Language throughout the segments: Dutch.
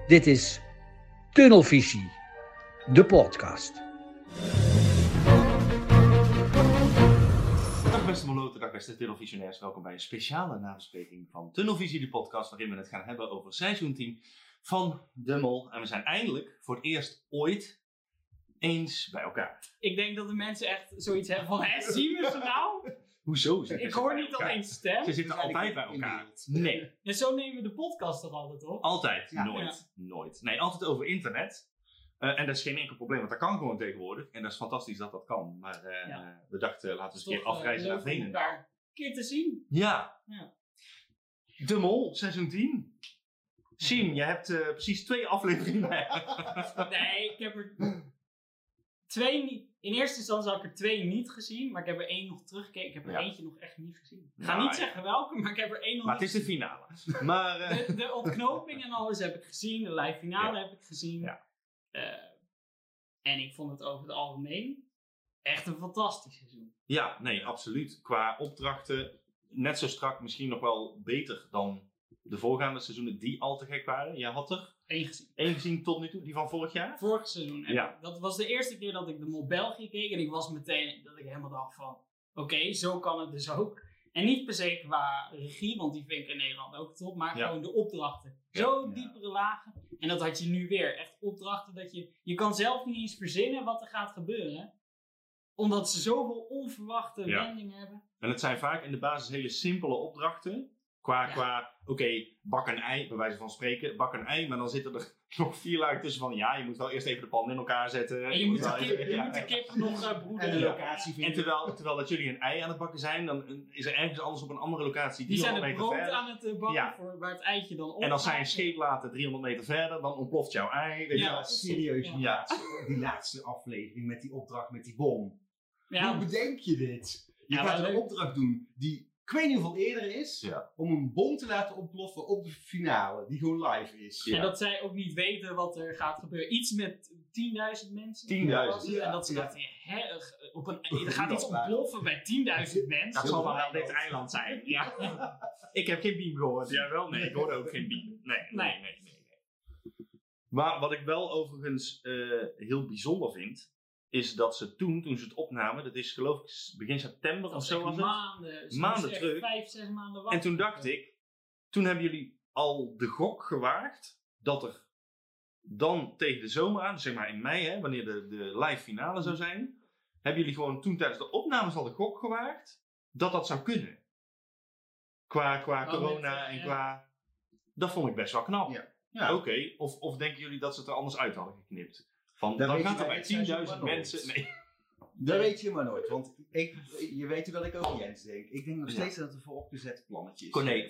Dit is Tunnelvisie, de podcast. Dag beste moloten, dag beste tunnelvisionairs. Welkom bij een speciale nabespreking van Tunnelvisie, de podcast waarin we het gaan hebben over seizoen 10 van De Mol. En we zijn eindelijk voor het eerst ooit eens bij elkaar. Ik denk dat de mensen echt zoiets hebben van, zien we ze nou? Hoezo? Ik hoor niet alleen stem. Ze zitten altijd bij elkaar. Nee. En zo nemen we de podcast toch altijd op? Altijd. Ja. Nooit. Nee, altijd over internet. En dat is geen enkel probleem, want dat kan gewoon tegenwoordig. En dat is fantastisch dat dat kan. Maar we dachten, laten we eens een keer afreizen naar Veenendaal. elkaar een keer te zien. Ja. Ja. De Mol, seizoen 10. Siem, je hebt precies 2 afleveringen. Nee, ik heb er 2 niet... In eerste instantie had ik er 2 niet gezien, maar ik heb er 1 nog teruggekeken. Ik heb er eentje nog echt niet gezien. Ik ga niet zeggen welke, maar ik heb er 1 nog Maar het is de gezien. finale. Maar, De ontknoping en alles heb ik gezien. De live finale heb ik gezien. Ja. En ik vond het over het algemeen echt een fantastisch seizoen. ja, nee, absoluut. Qua opdrachten net zo strak, misschien nog wel beter dan de voorgaande seizoenen die al te gek waren. Jij had er 1 gezien. 1 gezien tot nu toe, die van vorig jaar? Vorig seizoen. En Ja. dat was de eerste keer dat ik de Mol België keek. En ik was meteen dat ik helemaal dacht van... Oké, zo kan het dus ook. En niet per se qua regie, want die vind ik in Nederland ook top. Maar Ja. gewoon de opdrachten. Zo diepere lagen. En dat had je nu weer. Echt opdrachten dat je... Je kan zelf niet eens verzinnen wat er gaat gebeuren. Omdat ze zoveel onverwachte wendingen hebben. En het zijn vaak in de basis hele simpele opdrachten. Qua bak een ei, bij wijze van spreken, bak een ei. Maar dan zitten er nog 4 lagen tussen van, ja, je moet wel eerst even de pan in elkaar zetten. En je moet wel de even- kip nog broeden. En de locatie En vinden. terwijl dat jullie een ei aan het bakken zijn, dan is er ergens anders op een andere locatie Die zijn 300 het meter brood verder. aan het bakken Ja. voor waar het eitje dan op En als zij een gaat. scheep laten 300 meter verder, dan ontploft jouw ei. Weet je Ja. wel. Serieus, Ja. die laatste aflevering met die opdracht met die bom. Ja, Hoe bedenk je dit? Je Ja, gaat maar een leuk. opdracht doen die ik weet niet hoeveel eerder is, Ja. om een bom te laten ontploffen op de finale, die gewoon live is. Ja. En dat zij ook niet weten wat er gaat gebeuren. Iets met 10.000 mensen. 10.000, was het. En dat ze ja. dachten, er gaat iets ontploffen bij 10.000 mensen. Dat zal dan wel dit eiland zijn. Ja. Ik heb geen beam gehoord. Jij wel? Nee, ik hoorde ook geen beam. Nee. Maar wat ik wel overigens heel bijzonder vind, is dat ze toen ze het opnamen, dat is geloof ik begin september of zo was het. Maanden terug. 5-6 maanden wachten. En toen dacht ik, toen hebben jullie al de gok gewaagd dat er dan tegen de zomer aan, zeg maar in mei, hè, wanneer de live finale zou zijn, hebben jullie gewoon toen tijdens de opnames al de gok gewaagd dat dat zou kunnen. Qua corona en qua... Dat vond ik best wel knap. Ja. Ja. Oké, of denken jullie dat ze het er anders uit hadden geknipt? Van, Dat dan weet gaat je er bij bij het seizoen 10.000 maar nooit. mensen... Nee. Dat weet je maar nooit, want je weet hoe dat ik over Jens denk. Ik denk nog Ja. steeds dat het een vooropgezet plannetje is. Nee,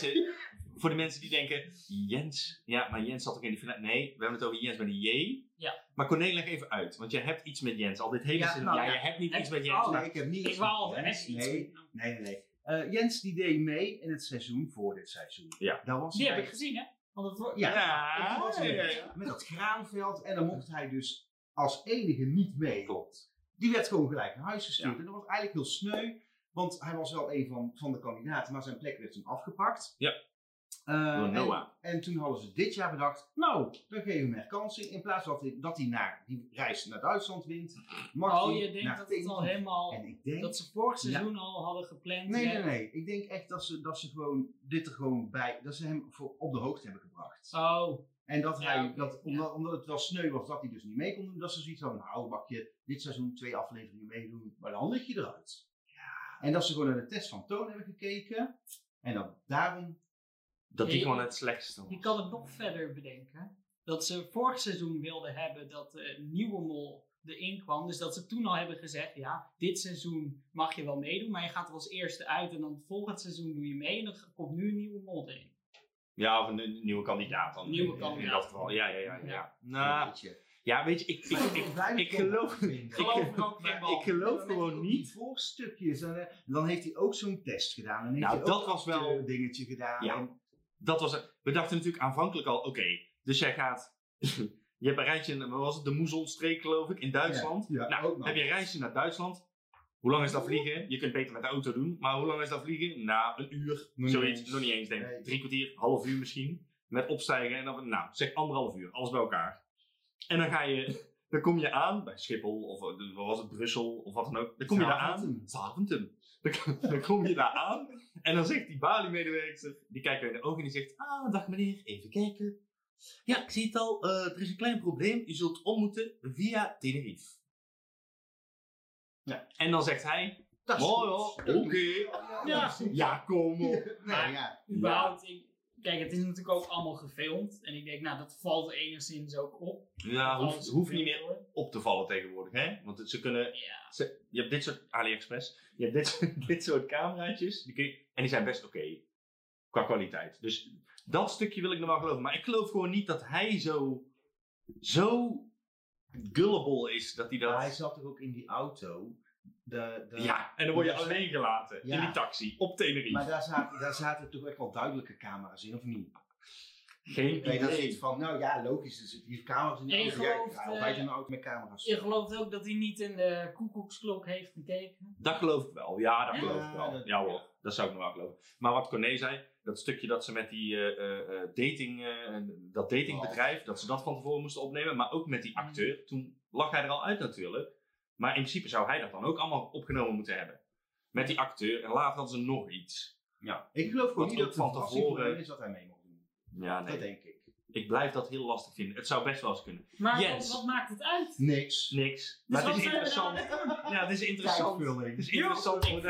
voor die mensen die denken, Jens, ja, maar Jens zat ook in de finale. Nee, we hebben het over Jens met een J. Ja. Maar Corné, leg even uit, want jij hebt iets met Jens. Al dit hele Ja, seizoen. nou, ja, ja. je hebt niet Heb iets met je- Jens. oh, maar- Nee, ik heb niet Ik iets wou met al Jens. echt iets. Nee. Jens die deed mee in het seizoen voor dit seizoen. Ja. Dat was Die heb hij- ik gezien, hè? Want het wordt... Ja, dat was hij. ja. Met dat graanveld. En dan mocht hij dus als enige niet mee. Klopt. Die werd gewoon gelijk naar huis gestuurd. Ja. En dat was eigenlijk heel sneu. Want hij was wel een van de kandidaten. Maar zijn plek werd toen afgepakt. Ja. Door Noah. En toen hadden ze dit jaar bedacht. Nou, dan geven we hem herkansing. In plaats dat hij die reis naar Duitsland wint. Mag Oh, hij je denkt naar dat het al Tenerife. helemaal... En ik denk... Dat ze vorig seizoen al hadden gepland. Nee. Ik denk echt dat ze gewoon dit er gewoon bij... Dat ze hem op de hoogte hebben gebracht. Oh, En dat Ja, hij, oké. omdat het wel sneu was dat hij dus niet mee kon doen, dat ze zoiets van, nou mag je dit seizoen 2 afleveringen meedoen, maar dan lig je eruit. Ja. En dat ze gewoon naar de test van Toon hebben gekeken, en dat daarom... Dat die Nee, gewoon het slechtste was. je kan het nog verder bedenken. Dat ze vorig seizoen wilden hebben dat de nieuwe mol erin kwam. Dus dat ze toen al hebben gezegd, ja, dit seizoen mag je wel meedoen, maar je gaat er als eerste uit en dan volgend seizoen doe je mee en dan komt nu een nieuwe mol erin. Ja, of een nieuwe kandidaat dan. Nieuwe In kandidaat. dat geval, ja. Ja. Nou, weet je. ja, weet je, ik geloof... Geloof er ook geen bal. Ik geloof gewoon Die niet... voorstukjes, en dan heeft hij ook zo'n test gedaan. En heeft Nou, hij dat ook was wel- een dingetje gedaan. Ja. En Dat was het. We dachten natuurlijk aanvankelijk al, oké, dus jij gaat... Je hebt een reisje, wat was het, de Moezelstreek geloof ik, in Duitsland. Ja, nou, ook nog. heb je een reisje naar Duitsland. Hoe lang is dat vliegen? Je kunt beter met de auto doen, maar hoe lang is dat vliegen? Nou, een uur, Nog niet zoiets. eens. Nog niet eens, denk ik. Nee. 3 kwartier, half uur misschien. met opstijgen en dan, nou, zeg 1,5 uur, alles bij elkaar. En dan kom je aan bij Schiphol of wat was het, Brussel of wat dan ook. Dan kom je daar aan. Zaventem. Dan kom je daar aan en dan zegt die Bali-medewerker, die kijkt je in de ogen en die zegt, dag meneer, even kijken. Ja, ik zie het al, er is een klein probleem, u zult om moeten via Tenerife. Ja. En dan zegt hij, oké. Ja, kom op. Überhaupt, kijk, het is natuurlijk ook allemaal gefilmd. En ik denk, nou, dat valt enigszins ook op. Ja, hoeft niet meer op te vallen tegenwoordig, hè? Want ze kunnen... Ja. Je hebt dit soort AliExpress. Je hebt dit soort cameraatjes. En die zijn best oké. Qua kwaliteit. Dus dat stukje wil ik nog wel geloven. Maar ik geloof gewoon niet dat hij zo gullible is. Dat hij dat... Maar hij zat toch ook in die auto. Ja, en dan word je alleen gelaten. In die taxi. Op Tenerife. Maar daar zaten toch echt wel duidelijke camera's in, of niet? Geen idee. Dat is van, nou ja, logisch. Er zitten hier camera's in de auto. Ja, ik ga altijd in een auto met camera's. Je gelooft ook dat hij niet in de koekoeksklok heeft gekeken? Dat geloof ik wel. Ja, dat geloof ik wel. Ja hoor, dat zou ik nog wel geloven. Maar wat Corné zei, dat stukje dat ze met die dat datingbedrijf, dat ze dat van tevoren moesten opnemen, maar ook met die acteur, toen lag hij er al uit natuurlijk. Maar in principe zou hij dat dan ook allemaal opgenomen moeten hebben. Met die acteur en later hadden ze nog iets. Ja, ik geloof gewoon niet dat het van tevoren is wat hij mee mocht doen. Ja, nee. Dat denk ik. Ik blijf dat heel lastig vinden. Het zou best wel eens kunnen. Maar wat maakt het uit? Niks. Dus maar het is interessant. Ja, het is interessant. Het is interessant om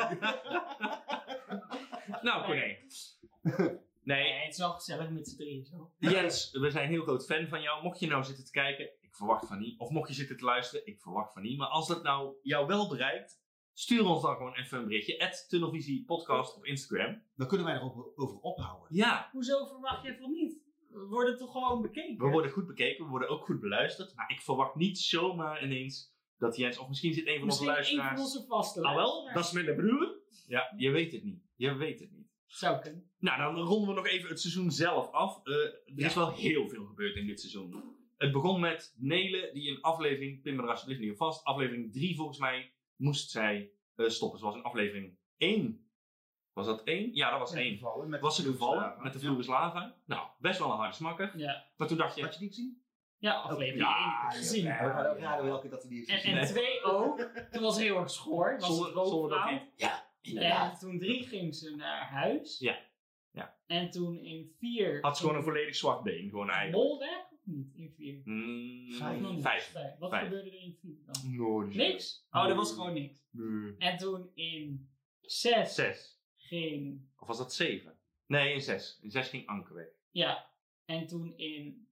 Nou, Corné. Nee, het is wel gezellig met z'n drieën zo. Jens, we zijn een heel groot fan van jou. Mocht je nou zitten te kijken, ik verwacht van niet. Of mocht je zitten te luisteren, ik verwacht van niet. Maar als dat nou jou wel bereikt, stuur ons dan gewoon even een berichtje. @tunnelvisiepodcast op Instagram. Dan kunnen wij erover ophouden. Ja. Hoezo verwacht je van niet? We worden toch gewoon bekeken? We worden goed bekeken, we worden ook goed beluisterd. Maar ik verwacht niet zomaar ineens dat Jens, of misschien zit een van onze luisteraars. Misschien een van onze vaste wel, dat is met de broer. Ja, je weet het niet. Zou kunnen. Nou, dan ronden we nog even het seizoen zelf af. Er is wel heel veel gebeurd in dit seizoen. Het begon met Nele, die een aflevering, pin me er alsjeblieft niet op vast, aflevering 3 volgens mij, moest zij stoppen. Ze was in aflevering 1. Was dat 1? Ja, dat was 1. Was ze gevallen met de Vloegeslava? Nou, best wel een harde smakker. Ja. Maar toen dacht je... Had je die gezien? Ja, aflevering 1 gezien. We gaan ook raden welke dat hij die heeft gezien. En 2 ook. Toen was heel erg schoor. Zonder dat hij... Ja. En toen 3 ging ze naar huis. Ja. En toen in 4... Had ze gewoon een volledig zwart been, gewoon eigenlijk. Mol weg of niet in 4? 5. Wat gebeurde er in 4 dan? No, niks? Oh, er was gewoon niks. En toen in 6 ging... Of was dat 7? Nee, in 6. In 6 ging Anke weg. Ja. En toen in...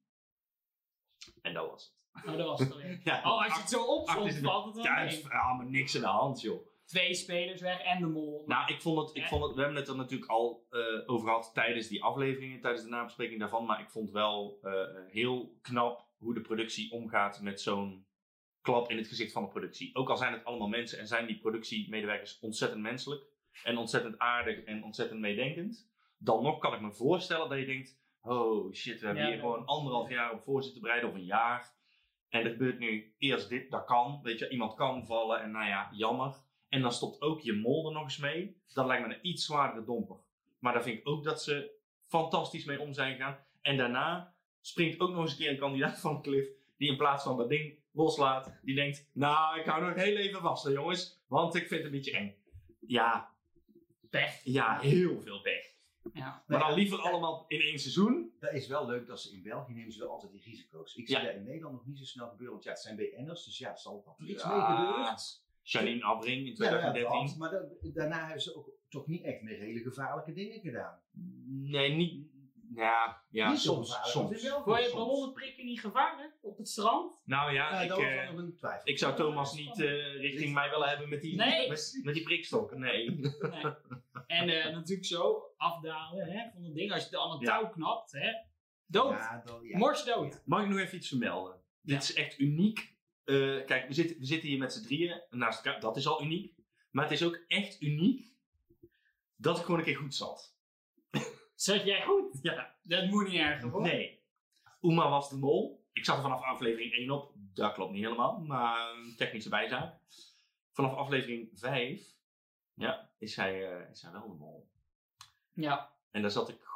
En dat was het. Oh, dat was het alweer. Ja, als je het zo opzomt, valt het wel mee. Ja, maar niks aan de hand, joh. 2 spelers weg en de mol. Nou, ik vond het, we hebben het er natuurlijk al over gehad tijdens die afleveringen, tijdens de nabespreking daarvan. Maar ik vond wel heel knap hoe de productie omgaat met zo'n klap in het gezicht van de productie. Ook al zijn het allemaal mensen en zijn die productiemedewerkers ontzettend menselijk. En ontzettend aardig en ontzettend meedenkend. Dan nog kan ik me voorstellen dat je denkt, oh shit, we hebben hier gewoon 1,5 jaar op voor zitten bereiden of een jaar. En er gebeurt nu eerst dit, dat kan. Weet je, iemand kan vallen en nou ja, jammer. En dan stopt ook je mol er nog eens mee. Dat lijkt me een iets zwaardere domper. Maar daar vind ik ook dat ze fantastisch mee om zijn gegaan. En daarna springt ook nog eens een keer een kandidaat van de klif. Die in plaats van dat ding loslaat. Die denkt, nou ik hou nog heel even vast hè, jongens. Want ik vind het een beetje eng. Ja. Pech. Ja, heel veel pech. Ja. Maar dan liever allemaal in 1 seizoen. Dat is wel leuk dat ze in België nemen ze wel altijd die risico's. Ik zie dat in Nederland nog niet zo snel gebeuren. Want ja, het zijn BN'ers. Dus ja, er zal wel iets mee gebeurd. Janine Abbring in 2013. Ja, maar daarna hebben ze ook toch niet echt meer hele gevaarlijke dingen gedaan. Nee, niet. Ja, niet soms. Vond je ballonnen prikken niet gevaarlijk op het strand? Nou ja, dat was nog een twijfel. Ik zou Thomas niet richting mij willen hebben met die prikstok. Nee. En natuurlijk zo afdalen van het ding. Als je aan het touw knapt, dood. Ja. Mors dood. Mag ik nog even iets vermelden? Dit is echt uniek. Kijk, we zitten hier met z'n drieën naast elkaar. Dat is al uniek. Maar het is ook echt uniek dat ik gewoon een keer goed zat. Zat jij goed? Ja. Dat moet niet erg hoor. Nee. Uma was de mol. Ik zat er vanaf aflevering 1 op. Dat klopt niet helemaal, maar technische bijzaak. Vanaf aflevering 5 is hij wel de mol. Ja. En daar zat ik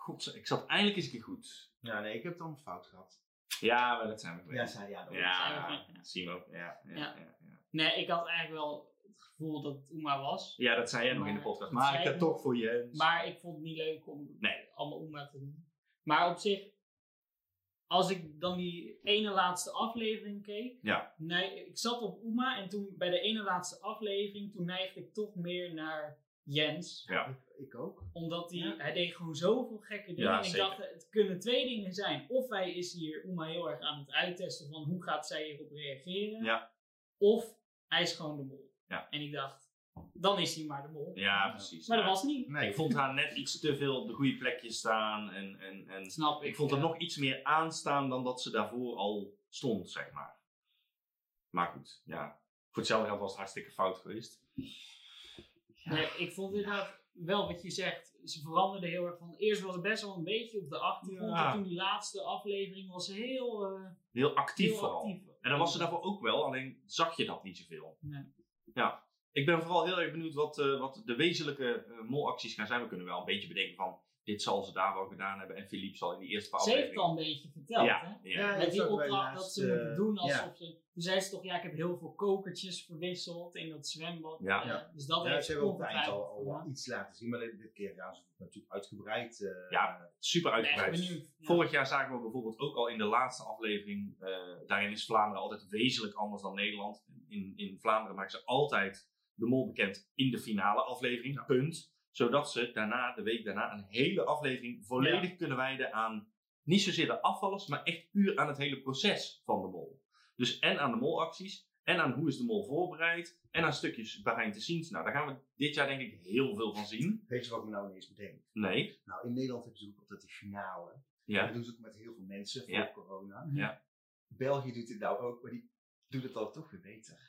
God, ik zat eindelijk eens een keer goed. Ja, nee, ik heb het allemaal fout gehad. Ja, maar dat zijn we Ja, geweest. zei ja. Dat Ja, zien we ook. Ja. Nee, ik had eigenlijk wel het gevoel dat het Uma was. Ja, dat zei jij nog in de Maar podcast. dat Maar zei ik heb ik toch voor je. Maar ik vond het niet leuk om Nee. allemaal Uma te doen. Maar op zich, als ik dan die ene laatste aflevering keek. Ja. Nee, ik zat op Uma en toen bij de ene laatste aflevering, toen neigde ik toch meer naar Jens. Ja. Ik ook. Omdat Ja. hij deed gewoon zoveel gekke dingen. Ja, en ik zeker. dacht, het kunnen twee dingen zijn. Of hij is hier Uma heel erg aan het uittesten van hoe gaat zij hierop reageren. Ja. Of hij is gewoon de mol. Ja. En ik dacht, dan is hij maar de mol. Ja, precies. Maar dat Ja. was niet. Nee. Ik vond haar net iets te veel op de goede plekjes staan. En Snap ik. ik vond er ja. nog iets meer aanstaan dan dat ze daarvoor al stond, zeg maar. Maar goed, ja. Voor hetzelfde geld was het hartstikke fout geweest. Nee, ik vond inderdaad wel wat je zegt. Ze veranderde heel erg van. Eerst was het best wel een beetje op de achtergrond. Ja. En toen die laatste aflevering was ze heel, Heel actief heel vooral. actief. En dan was ze daarvoor ook wel, alleen zag je dat niet zoveel. Nee. Ja. Ik ben vooral heel erg benieuwd wat de wezenlijke molacties gaan zijn. We kunnen wel een beetje bedenken van, dit zal ze daar wel gedaan hebben. En Philippe zal in die eerste paar Ze heeft afleveringen... al een beetje verteld, hè? Ja. Ja, Met dat die is ook bij de opdracht dat ze laatste, moeten doen alsof ja. ze... Toen zei ze toch, ja, ik heb heel veel kokertjes verwisseld in dat zwembad. Ja. Ja. Dus dat Ja, heeft ze hebben op het eind ongetwijfeld al gedaan. iets laten zien, maar dit keer gaan ze het natuurlijk uitgebreid. Ja, super Ik ben echt uitgebreid. benieuwd. Ja. Vorig jaar zagen we bijvoorbeeld ook al in de laatste aflevering, daarin is Vlaanderen altijd wezenlijk anders dan Nederland. In Vlaanderen maken ze altijd de mol bekend in de finale aflevering, Ja. punt. Zodat ze daarna, de week daarna, een hele aflevering volledig kunnen wijden aan, niet zozeer de afvallers, maar echt puur aan het hele proces van de mol. Dus en aan de molacties, en aan hoe is de mol voorbereid, en aan stukjes behind the scenes. Nou, daar gaan we dit jaar denk ik heel veel van zien. Weet je wat ik me nou ineens bedenk? Nee. Nou, in Nederland hebben ze ook altijd de finale. Ja. Dat doen ze ook met heel veel mensen voor Ja. corona. Ja. België doet dit nou ook, maar die doet het dan toch weer beter.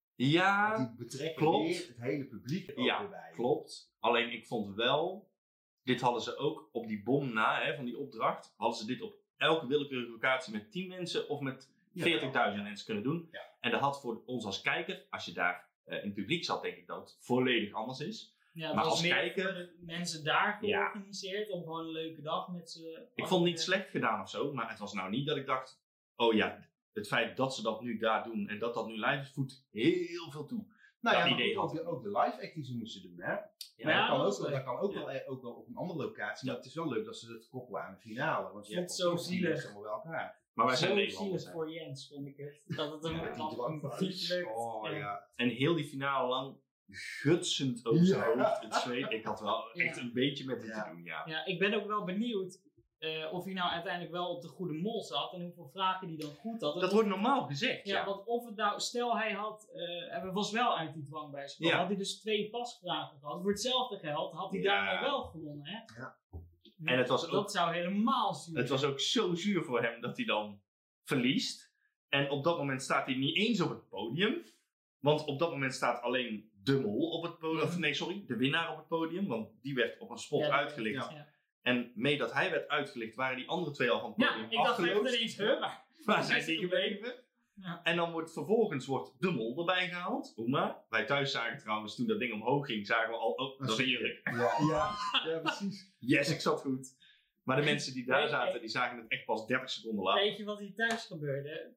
Ja, Die betrekken klopt. weer het hele publiek er ook Ja, weer bij. klopt. Alleen ik vond wel, dit hadden ze ook op die bom na, hè, van die opdracht, hadden ze dit op elke willekeurige locatie met 10 mensen of met 40.000 mensen kunnen doen. Ja. En dat had voor ons als kijker, als je daar in het publiek zat, denk ik dat het volledig anders is. Ja, het Maar was als meer kijker- voor de mensen daar Ja. georganiseerd om gewoon een leuke dag met ze... Ik vond het niet slecht gedaan of zo, maar het was nou niet dat ik dacht, oh ja, het feit dat ze dat nu daar doen en dat nu live is, voegt heel veel toe. Nou Dat ja, idee maar had ook de live act die ze moesten doen, hè? Ja, Maar Ja, dat kan dat ook, is leuk. dat kan ook, Ja. wel op een andere locatie. Ja. Maar het is wel leuk dat ze het koppelen aan de finale. Want je Ik hebt vond het zo toch die zielig. mensen allemaal bij elkaar. Maar wij zijn Zo Nederlanders. zielig hè. voor Jens, vond ik het. Dat het hem Ja, die dwangbuis. niet lukt. Oh Ja. ja. En heel die finale lang gutsend over zijn Ja. hoofd, het zweet. Ik had wel echt Ja. een beetje met hem Ja. te doen, ja. Ja, ik ben ook wel benieuwd of hij nou uiteindelijk wel op de goede mol zat en hoeveel vragen hij dan goed had. Dat wordt normaal gezegd, Ja, ja. want of het nou, stel hij had, hij was wel uit die dwangbuis gekomen, Ja. had hij dus 2 pasvragen gehad. Voor hetzelfde geld had hij Ja. daarmee wel gewonnen, hè? Ja. En het was ook- Dat zou helemaal zuur Het was ook zo zuur voor hem dat hij dan verliest. En op dat moment staat hij niet eens op het podium. Want op dat moment staat alleen de mol op het podium. Of nee, sorry, de winnaar op het podium. Want die werd op een spot Ja, uitgelicht. Ja. En mee dat hij werd uitgelicht, waren die andere 2 al van het Ja, podium ik dacht echt afgeloosd. ineens, huh? Waar zijn die gebleven? Ja. En dan wordt vervolgens de mol erbij gehaald. Oema. Wij thuis zagen trouwens, toen dat ding omhoog ging, zagen we al, oh, dat is een jurk. Ja, precies. Yes, ik zat goed. Maar de mensen die daar Nee, zaten, nee. die zagen het echt pas 30 seconden later. Weet je wat hier thuis gebeurde?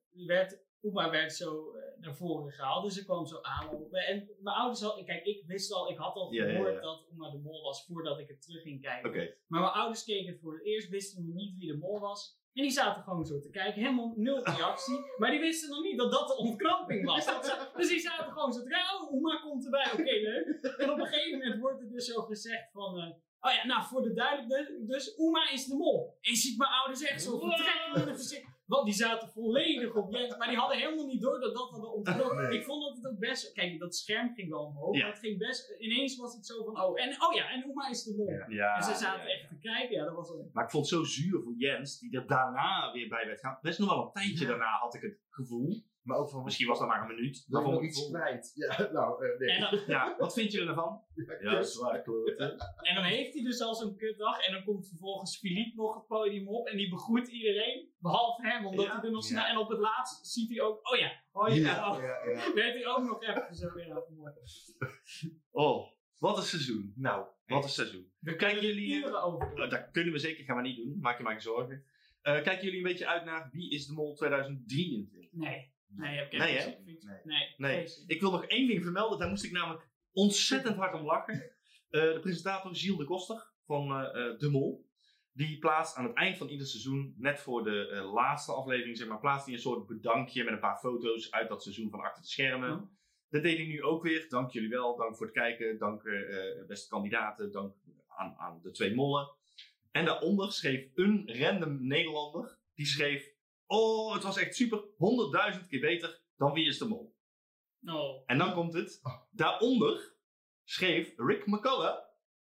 Uma werd zo naar voren gehaald, dus ze kwam zo aanlopen. En mijn ouders kijk, ik had al Ja, ja, gehoord ja. dat Uma de mol was voordat ik het terug ging kijken. Oké. Maar mijn ouders keken het voor het eerst, wisten nog niet wie de mol was. En die zaten gewoon zo te kijken, helemaal nul reactie. Maar die wisten nog niet dat dat de ontkramping was. Dus die zaten gewoon zo te kijken, oh, Uma komt erbij, oké, leuk. En op een gegeven moment wordt er dus zo gezegd van... oh ja, nou voor de duidelijkheid, dus Uma is de mol. En je ziet mijn ouders echt zo vertrekken in de gezicht. Want die zaten volledig op Jens, maar die hadden helemaal niet door dat dat hadden ontbroken. Nee. Ik vond dat het ook best... Kijk, dat scherm ging wel omhoog, Ja. maar het ging best... Ineens was het zo van, en Uma is de mol. Ja. Ja, En ze zaten ja, ja. echt te kijken, ja, dat was wel... Maar ik vond het zo zuur voor Jens, die er daarna weer bij werd gaan. Best nog wel een tijdje Ja. daarna had ik het gevoel. Maar ook van, Misschien was dat maar een minuut. dat Maar nog vond ik iets het kwijt. Ja, nou, nee. En dan, Ja, wat vind je ervan? Ja, zwaar kloten. en dan heeft hij dus al zo'n kutdag en dan komt vervolgens Philippe nog het podium op en die begroet iedereen, behalve hem, omdat Ja. hij er nog Ja. snel... En op het laatst ziet hij ook, Ja. weet hij ook nog even zo, ja, mooi. Oh, Wat een seizoen. Nou, Wat een seizoen. We Kijken kunnen jullie... uren over doen. Dat kunnen we zeker, gaan we niet doen. Maak je maar geen zorgen. Kijken jullie een beetje uit naar Wie is de Mol 2023? Nee, heb ik Nee, echt hè? niet. Nee. Nee, ik wil nog één ding vermelden. Daar moest ik namelijk ontzettend hard om lachen. De presentator Gilles de Koster van De Mol. Die plaatst aan het eind van ieder seizoen, net voor de laatste aflevering, zeg maar, plaatst hij een soort bedankje met een paar foto's uit dat seizoen van achter de schermen. Ja. Dat deed hij nu ook weer. Dank jullie wel. Dank voor het kijken. Dank beste kandidaten. Dank aan de 2 mollen. En daaronder schreef een random Nederlander. Die schreef, oh, het was echt super. 100.000 keer beter dan Wie is de Mol. Oh. En dan komt het. Daaronder schreef Rick McCullough.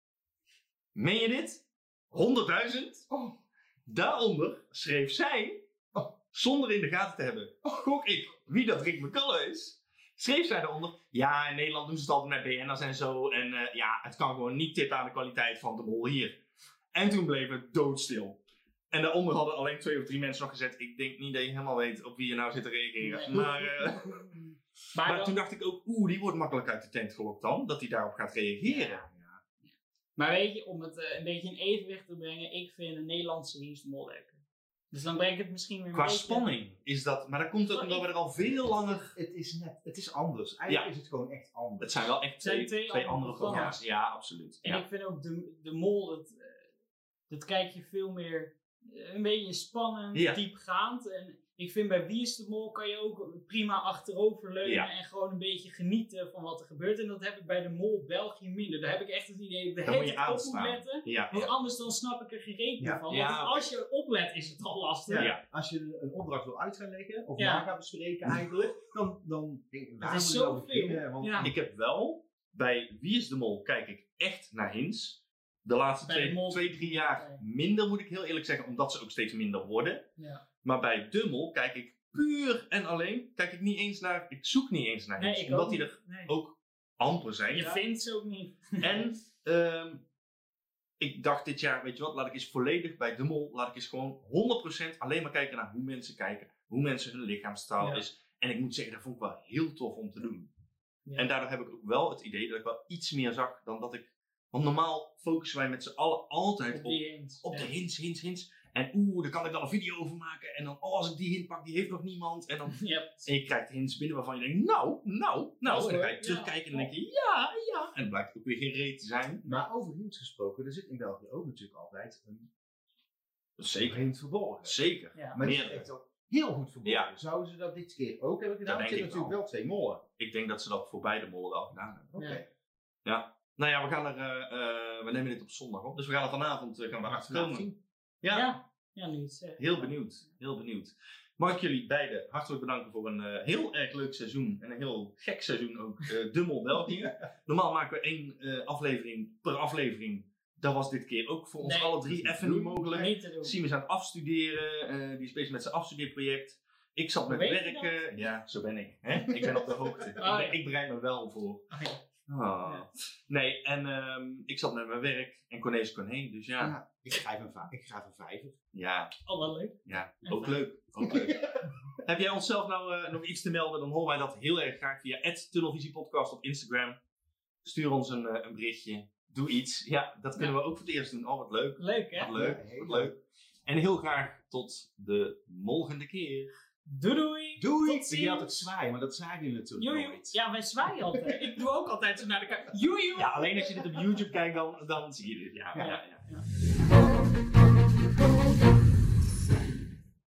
Meen je dit? 100.000? Oh. Daaronder schreef zij, zonder in de gaten te hebben, gok ik wie dat Rick McCullough is. Schreef zij daaronder, ja, in Nederland doen ze het altijd met BN'ers en zo. En ja, het kan gewoon niet tippen aan de kwaliteit van de Mol hier. En toen bleef het doodstil. En daaronder hadden alleen 2 of 3 mensen nog gezet. Ik denk niet dat je helemaal weet op wie je nou zit te reageren. Nee. Maar toen dacht ik ook, die wordt makkelijk uit de tent gelokt dan. Dat hij daarop gaat reageren. Maar weet je, om het een beetje in evenwicht te brengen, ik vind een Nederlandse Wie is de Mol lekker. Dus dan breng ik het misschien weer een Qua beetje... spanning is dat, maar dat komt ook omdat we er al veel langer... Het is anders. Eigenlijk is het gewoon echt anders. Het zijn wel echt zijn twee twee andere andere programma's. Ja, absoluut. En ik vind ook de Mol, dat kijk je veel meer, een beetje spannend, Ja. diepgaand. En ik vind bij Wie is de Mol kan je ook prima achteroverleunen en gewoon een beetje genieten van wat er gebeurt. En dat heb ik bij de Mol België minder. Daar heb ik echt het idee dat ik Dan moet de je hele tijd op moet aanstaan. letten. Ja. Want anders dan snap ik er geen reet meer Ja. van. Ja, Want als je oplet is het al lastig. Ja. Als je een opdracht wil uit gaan leggen, of Ja. na gaan bespreken eigenlijk, dan denk ik, waar Het is moet ik nou zoveel. beginnen? Want Ja. Ik heb wel, bij Wie is de Mol kijk ik echt naar hints. De laatste Bij de Mol- 2-3 jaar minder, moet ik heel eerlijk zeggen, omdat ze ook steeds minder worden. Ja. Maar bij de Mol kijk ik puur en alleen, ik zoek niet eens naar hints. ik Omdat ook die niet. er Nee. ook amper zijn. Je vindt ze ook niet. En ik dacht dit jaar, weet je wat, laat ik eens volledig bij de Mol, laat ik eens gewoon 100% alleen maar kijken naar hoe mensen kijken, hoe mensen hun lichaamstaal Ja. is. En ik moet zeggen, dat vond ik wel heel tof om te doen. Ja. En daardoor heb ik ook wel het idee dat ik wel iets meer zag dan dat ik, want normaal focussen wij met z'n allen altijd Op die hints. op de Ja. hints. En daar kan ik dan een video over maken. En dan, als ik die hint pak, die heeft nog niemand. En dan Ja. en je krijgt hints binnen waarvan je denkt, nou. En dan ga je terugkijken en dan denk je, ja. En dan blijkt het ook weer geen reet te zijn. Maar over hints gesproken, er zit in België ook natuurlijk altijd een Zeker. hint verborgen. Zeker. Ja. Maar die is Meerdere. echt wel heel goed verborgen. Ja. Zouden ze dat dit keer ook hebben gedaan? Dat Er denk zitten ik natuurlijk wel 2 mollen. Ik denk dat ze dat voor beide mollen wel gedaan hebben. Oké. Ja. Nou ja, we gaan we nemen dit op zondag op. Dus we gaan het vanavond gaan we achterkomen. Ja, nu het zegt. Heel benieuwd. Mag ik jullie beiden hartelijk bedanken voor een heel erg leuk seizoen. En een heel gek seizoen ook. De Mol België. Normaal maken we 1 aflevering per aflevering. Dat was dit keer ook voor ons Nee, alle 3 even niet mogelijk. Niet te doen. Simon is aan het afstuderen. Die is bezig met zijn afstudeerproject. Ik zat met Hoe weet je werken. Ja, zo ben ik. Hè? Ik ben op de hoogte. ja. Ik bereid me wel voor. Ach, ja. Ah. Ja. Nee, en ik zat met mijn werk. En Cornelis kon heen. Dus ja. Ja, ik schrijf een 5. Ja, Oh, wel leuk. ja. En Ook fijn. leuk. Ook leuk. Heb jij onszelf nou nog iets te melden? Dan horen wij dat heel erg graag via @tunnelvisiepodcast op Instagram. Stuur ons een berichtje. Doe iets. Ja, dat kunnen we ook voor het eerst doen. Oh, wat leuk. Leuk, hè? Wat leuk. Ja, heel Wat leuk. En heel graag tot de volgende keer. Doei! Doei! Tot Je had ziens. het zwaaien, maar dat zagen jullie natuurlijk Joei. nooit. Ja, wij zwaaien altijd. Ik doe ook altijd zo naar de kaart. Joei! Ja, alleen als je dit op YouTube kijkt, dan zie je dit. Ja. Ja.